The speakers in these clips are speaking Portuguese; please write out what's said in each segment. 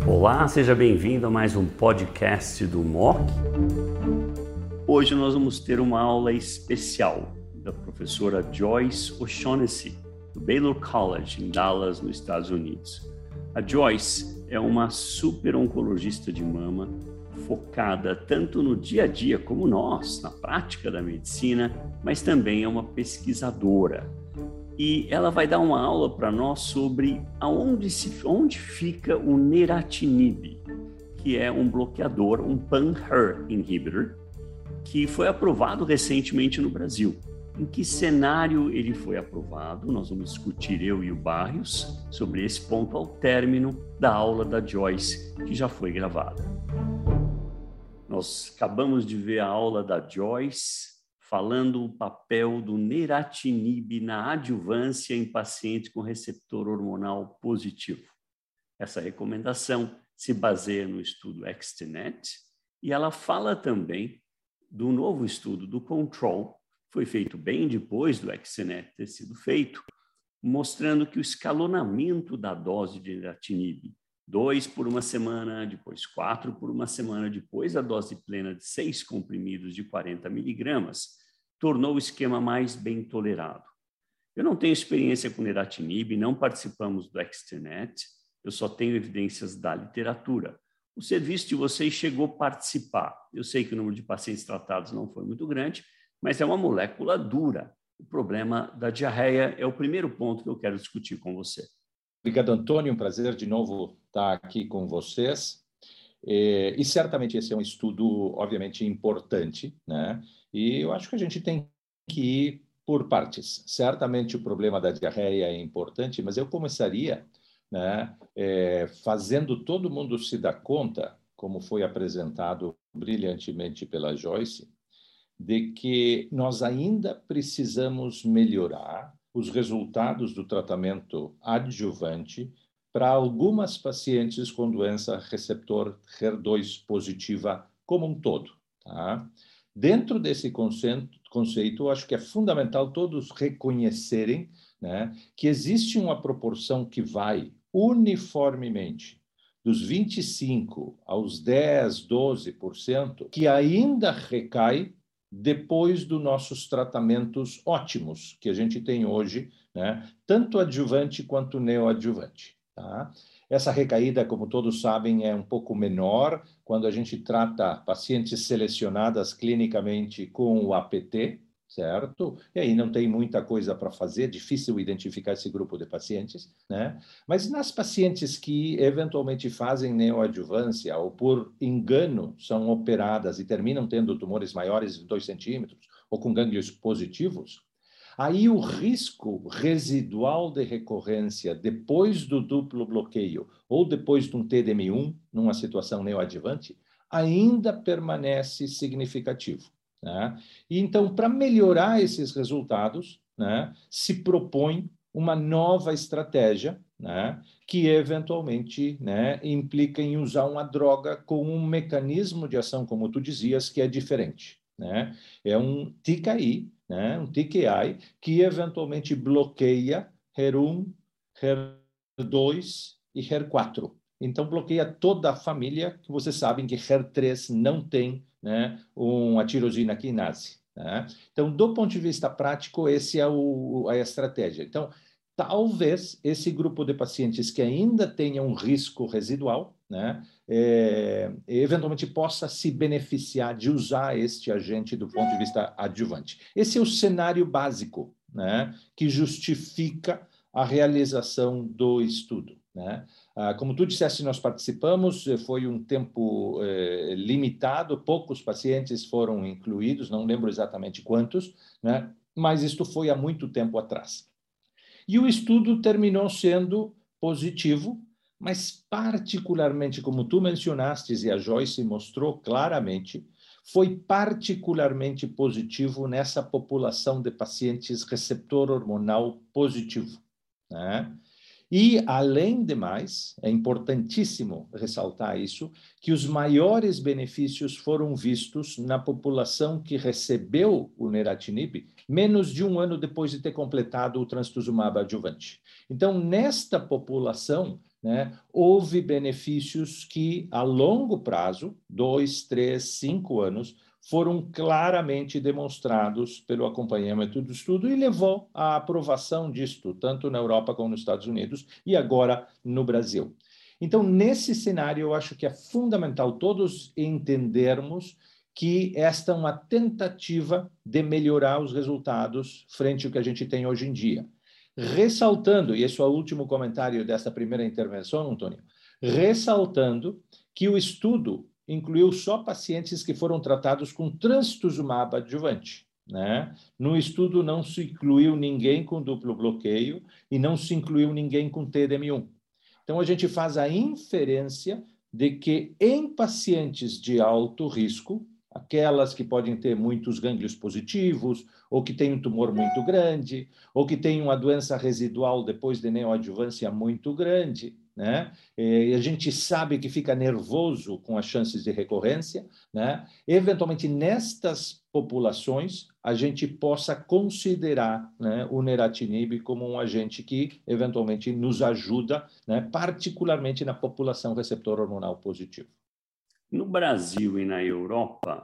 Olá, seja bem-vindo a mais um podcast do MOC. Hoje nós vamos ter uma aula especial da professora Joyce O'Shaughnessy, do Baylor College, em Dallas, nos Estados Unidos. A Joyce é uma super oncologista de mama, focada tanto no dia a dia como nós, na prática da medicina, mas também é uma pesquisadora. E ela vai dar uma aula para nós sobre onde fica o neratinib, que é um bloqueador, um pan-HER inhibitor, que foi aprovado recentemente no Brasil. Em que cenário ele foi aprovado? Nós vamos discutir, eu e o Barrios, sobre esse ponto ao término da aula da Joyce, que já foi gravada. Nós acabamos de ver a aula da Joyce, falando o papel do neratinib na adjuvância em pacientes com receptor hormonal positivo. Essa recomendação se baseia no estudo XTNet e ela fala também do novo estudo do Control, foi feito bem depois do XTNet ter sido feito, mostrando que o escalonamento da dose de neratinib, 2 por uma semana, depois 4 por uma semana, depois a dose plena de 6 comprimidos de 40 miligramas, tornou o esquema mais bem tolerado. Eu não tenho experiência com neratinib, não participamos do XTNet, eu só tenho evidências da literatura. O serviço de vocês chegou a participar. Eu sei que o número de pacientes tratados não foi muito grande, mas é uma molécula dura. O problema da diarreia é o primeiro ponto que eu quero discutir com você. Obrigado, Antônio. Um prazer de novo estar aqui com vocês. E certamente esse é um estudo, obviamente, importante, né? E eu acho que a gente tem que ir por partes. Certamente o problema da diarreia é importante, mas eu começaria, né, fazendo todo mundo se dar conta, como foi apresentado brilhantemente pela Joyce, de que nós ainda precisamos melhorar os resultados do tratamento adjuvante para algumas pacientes com doença receptor HER2 positiva como um todo. Tá? Dentro desse conceito, eu acho que é fundamental todos reconhecerem, né, que existe uma proporção que vai uniformemente dos 25% aos 10%, 12%, que ainda recai depois dos nossos tratamentos ótimos que a gente tem hoje, né, tanto adjuvante quanto neoadjuvante. Tá? Essa recaída, como todos sabem, é um pouco menor quando a gente trata pacientes selecionadas clinicamente com o APT, certo? E aí não tem muita coisa para fazer, é difícil identificar esse grupo de pacientes, né? Mas nas pacientes que eventualmente fazem neoadjuvância ou por engano são operadas e terminam tendo tumores maiores de 2 centímetros ou com gânglios positivos, aí o risco residual de recorrência depois do duplo bloqueio ou depois de um TDM1, numa situação neoadjuvante, ainda permanece significativo. Né? E então, para melhorar esses resultados, né, se propõe uma nova estratégia, né, que eventualmente, né, implica em usar uma droga com um mecanismo de ação, como tu dizias, que é diferente. Né? É um TKI, né, um TKI, que eventualmente bloqueia HER1, HER2 e HER4. Então, bloqueia toda a família, que vocês sabem que HER3 não tem, né, uma tirosina quinase. Né? Então, do ponto de vista prático, essa é a estratégia. Então, talvez esse grupo de pacientes que ainda tenha um risco residual, né, eventualmente possa se beneficiar de usar este agente do ponto de vista adjuvante. Esse é o cenário básico, né, que justifica a realização do estudo. Né? Como tu disseste, nós participamos, foi um tempo limitado, poucos pacientes foram incluídos, não lembro exatamente quantos, né? Mas isto foi há muito tempo atrás. E o estudo terminou sendo positivo, mas particularmente, como tu mencionaste e a Joyce mostrou claramente, foi particularmente positivo nessa população de pacientes receptor hormonal positivo. Né? E, além de mais, é importantíssimo ressaltar isso, que os maiores benefícios foram vistos na população que recebeu o neratinib menos de 1 ano depois de ter completado o trastuzumab adjuvante. Então, nesta população, né, houve benefícios que, a longo prazo, 2, 3, 5 anos, foram claramente demonstrados pelo acompanhamento do estudo e levou à aprovação disto, tanto na Europa como nos Estados Unidos e agora no Brasil. Então, nesse cenário, eu acho que é fundamental todos entendermos que esta é uma tentativa de melhorar os resultados frente ao que a gente tem hoje em dia. Ressaltando, e esse é o último comentário dessa primeira intervenção, Antônio, ressaltando que o estudo incluiu só pacientes que foram tratados com trastuzumab adjuvante, né? No estudo não se incluiu ninguém com duplo bloqueio e não se incluiu ninguém com TDM1. Então, a gente faz a inferência de que em pacientes de alto risco, aquelas que podem ter muitos gânglios positivos, ou que têm um tumor muito grande, ou que têm uma doença residual depois de neoadjuvância muito grande, né? E a gente sabe que fica nervoso com as chances de recorrência, né? Eventualmente, nestas populações, a gente possa considerar, né, o neratinib como um agente que, eventualmente, nos ajuda, né, particularmente na população receptor hormonal positivo. No Brasil e na Europa,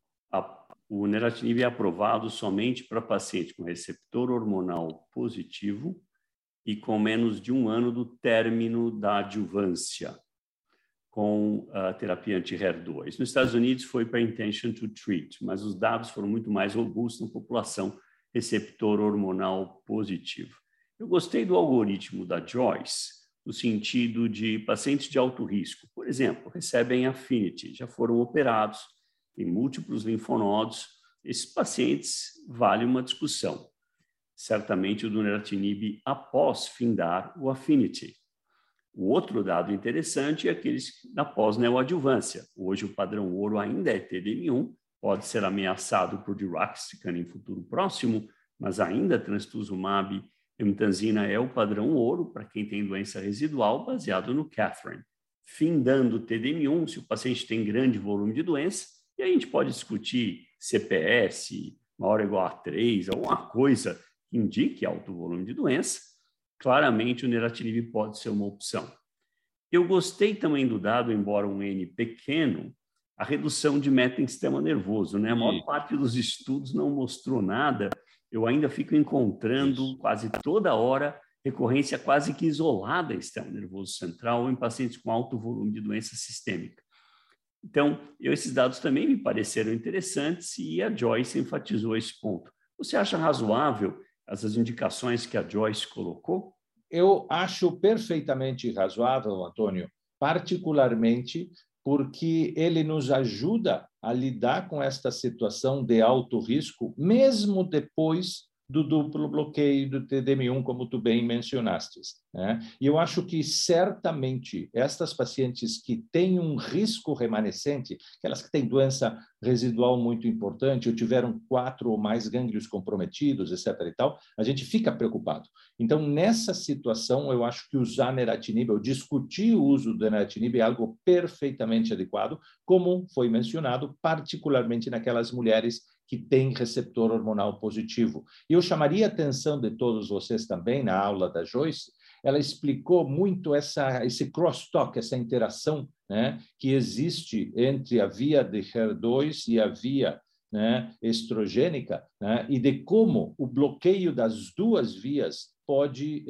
o neratinib é aprovado somente para paciente com receptor hormonal positivo e com menos de 1 ano do término da adjuvância com a terapia anti-HER2. Nos Estados Unidos foi para intention to treat, mas os dados foram muito mais robustos na população receptor hormonal positivo. Eu gostei do algoritmo da Joyce, no sentido de pacientes de alto risco, por exemplo, recebem Affinity, já foram operados em múltiplos linfonodos. Esses pacientes vale uma discussão. Certamente o do neratinib após findar o Affinity. O outro dado interessante é aqueles da pós-neoadjuvância. Hoje o padrão ouro ainda é TDM1, pode ser ameaçado por diraxicana em futuro próximo, mas ainda trastuzumab emtanzina é o padrão ouro para quem tem doença residual baseado no KATHERINE. Findando o TDM1, se o paciente tem grande volume de doença, e a gente pode discutir CPS maior ou igual a 3, alguma coisa que indique alto volume de doença, claramente o neratinib pode ser uma opção. Eu gostei também do dado, embora um N pequeno, a redução de meta em sistema nervoso, né? A maior parte dos estudos não mostrou nada. Eu ainda fico encontrando quase toda hora recorrência quase que isolada em sistema nervoso central em pacientes com alto volume de doença sistêmica. Então, esses dados também me pareceram interessantes e a Joyce enfatizou esse ponto. Você acha razoável essas indicações que a Joyce colocou? Eu acho perfeitamente razoável, Antônio, particularmente porque ele nos ajuda a lidar com esta situação de alto risco, mesmo depois do duplo bloqueio do TDM1, como tu bem mencionaste, né? E eu acho que, certamente, estas pacientes que têm um risco remanescente, aquelas que têm doença residual muito importante, ou tiveram 4 ou mais gânglios comprometidos, etc. e tal, a gente fica preocupado. Então, nessa situação, eu acho que usar neratinib, ou discutir o uso do neratinib é algo perfeitamente adequado, como foi mencionado, particularmente naquelas mulheres que têm receptor hormonal positivo. E eu chamaria a atenção de todos vocês também, na aula da Joyce, ela explicou muito esse crosstalk, essa interação, né, que existe entre a via de HER2 e a via, né, estrogênica, né, e de como o bloqueio das duas vias pode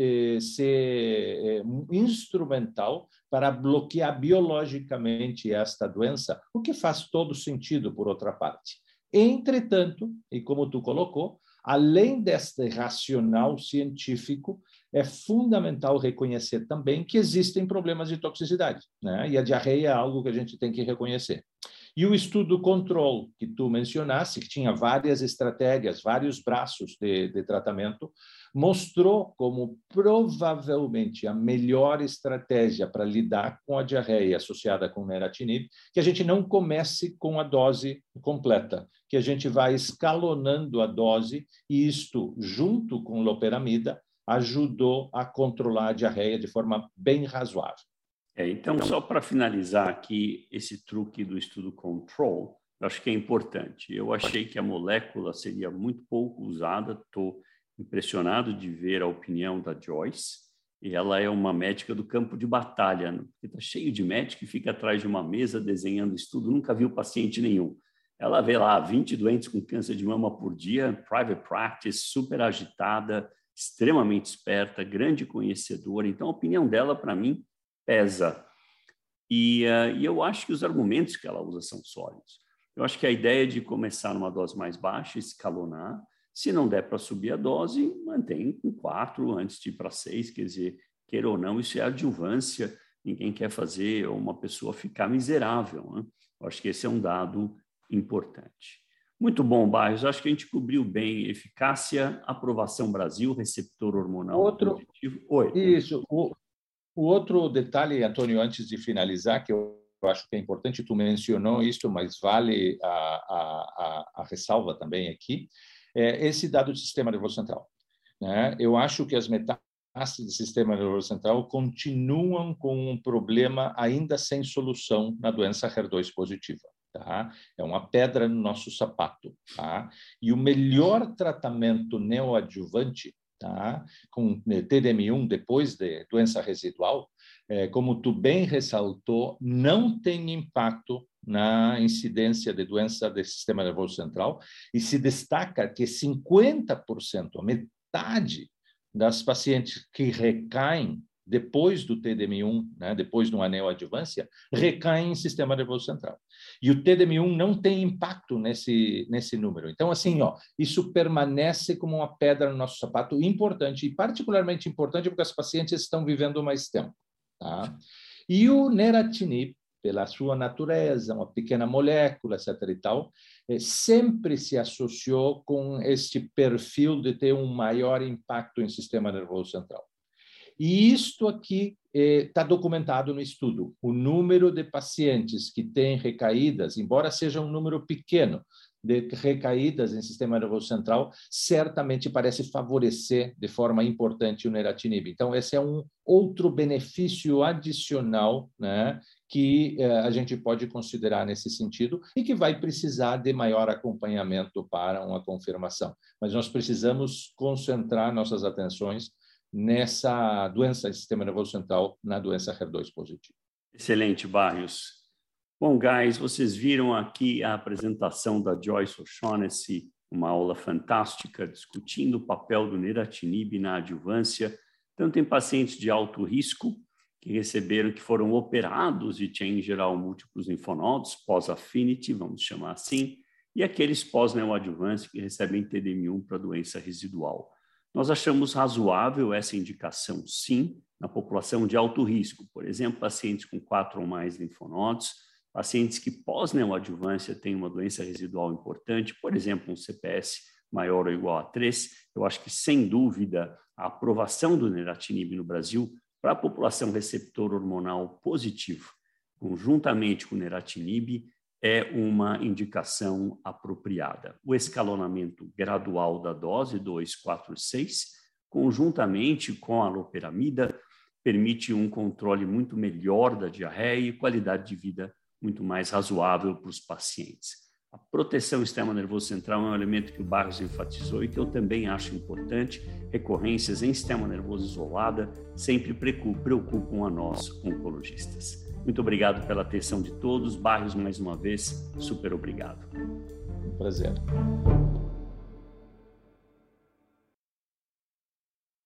ser instrumental para bloquear biologicamente esta doença, o que faz todo sentido, por outra parte. Entretanto, e como tu colocou, além deste racional científico, é fundamental reconhecer também que existem problemas de toxicidade, né? E a diarreia é algo que a gente tem que reconhecer. E o estudo control que tu mencionaste, que tinha várias estratégias, vários braços de tratamento, mostrou como provavelmente a melhor estratégia para lidar com a diarreia associada com neratinib, que a gente não comece com a dose completa, que a gente vai escalonando a dose, e isto, junto com loperamida, ajudou a controlar a diarreia de forma bem razoável. Então, só para finalizar aqui, esse truque do estudo control, eu acho que é importante. Eu achei que a molécula seria muito pouco usada, estou impressionado de ver a opinião da Joyce, E ela é uma médica do campo de batalha, né? Está cheio de médico que fica atrás de uma mesa desenhando estudo, nunca viu paciente nenhum. Ela vê lá 20 doentes com câncer de mama por dia, private practice, super agitada, extremamente esperta, grande conhecedora. Então, a opinião dela, para mim, pesa. E eu acho que os argumentos que ela usa são sólidos. Eu acho que a ideia de começar numa dose mais baixa, escalonar, se não der para subir a dose, mantém com 4 antes de ir para 6, quer dizer, queira ou não, isso é adjuvância, ninguém quer fazer uma pessoa ficar miserável, né? Eu acho que esse é um dado importante. Muito bom, Barros, acho que a gente cobriu bem eficácia, aprovação Brasil, receptor hormonal positivo. Oi. Isso, o outro detalhe, Antônio, antes de finalizar, que eu acho que é importante, tu mencionou isso, mas vale a ressalva também aqui, é esse dado do sistema nervoso central, né? Eu acho que as metástases do sistema nervoso central continuam com um problema ainda sem solução na doença HER2 positiva. Tá? É uma pedra no nosso sapato. Tá? E o melhor tratamento neoadjuvante, tá? Com TDM1 depois de doença residual, como tu bem ressaltou, não tem impacto na incidência de doença do sistema nervoso central e se destaca que 50%, a metade das pacientes que recaem depois do TDM1, né, depois de uma neoadjuvância, recaem em sistema nervoso central. E o TDM1 não tem impacto nesse número. Então, assim, isso permanece como uma pedra no nosso sapato importante, e particularmente importante porque as pacientes estão vivendo mais tempo. Tá? E o neratinib, pela sua natureza, uma pequena molécula, etc. e tal, sempre se associou com este perfil de ter um maior impacto em sistema nervoso central. E isto aqui está documentado no estudo. O número de pacientes que têm recaídas, embora seja um número pequeno de recaídas em sistema nervoso central, certamente parece favorecer de forma importante o neratinib. Então, esse é um outro benefício adicional, né, que a gente pode considerar nesse sentido e que vai precisar de maior acompanhamento para uma confirmação. Mas nós precisamos concentrar nossas atenções nessa doença do sistema nervoso central, na doença HER2 positiva. Excelente, Barros. Bom, guys, vocês viram aqui a apresentação da Joyce O'Shaughnessy, uma aula fantástica discutindo o papel do neratinib na adjuvância, tanto em pacientes de alto risco, que foram operados e tinham, em geral, múltiplos linfonodos, pós-affinity, vamos chamar assim, e aqueles pós-neoadjuvância que recebem TDM1 para doença residual. Nós achamos razoável essa indicação, sim, na população de alto risco, por exemplo, pacientes com 4 ou mais linfonodos, pacientes que pós-neoadjuvância têm uma doença residual importante, por exemplo, um CPS maior ou igual a 3, eu acho que, sem dúvida, a aprovação do neratinib no Brasil para a população receptor hormonal positivo, conjuntamente com o neratinib, é uma indicação apropriada. O escalonamento gradual da dose 2, 4, 6, conjuntamente com a loperamida, permite um controle muito melhor da diarreia e qualidade de vida muito mais razoável para os pacientes. A proteção do sistema nervoso central é um elemento que o Barros enfatizou e que eu também acho importante. Recorrências em sistema nervoso isolada sempre preocupam a nós, oncologistas. Muito obrigado pela atenção de todos. Barros, mais uma vez, super obrigado. Um prazer.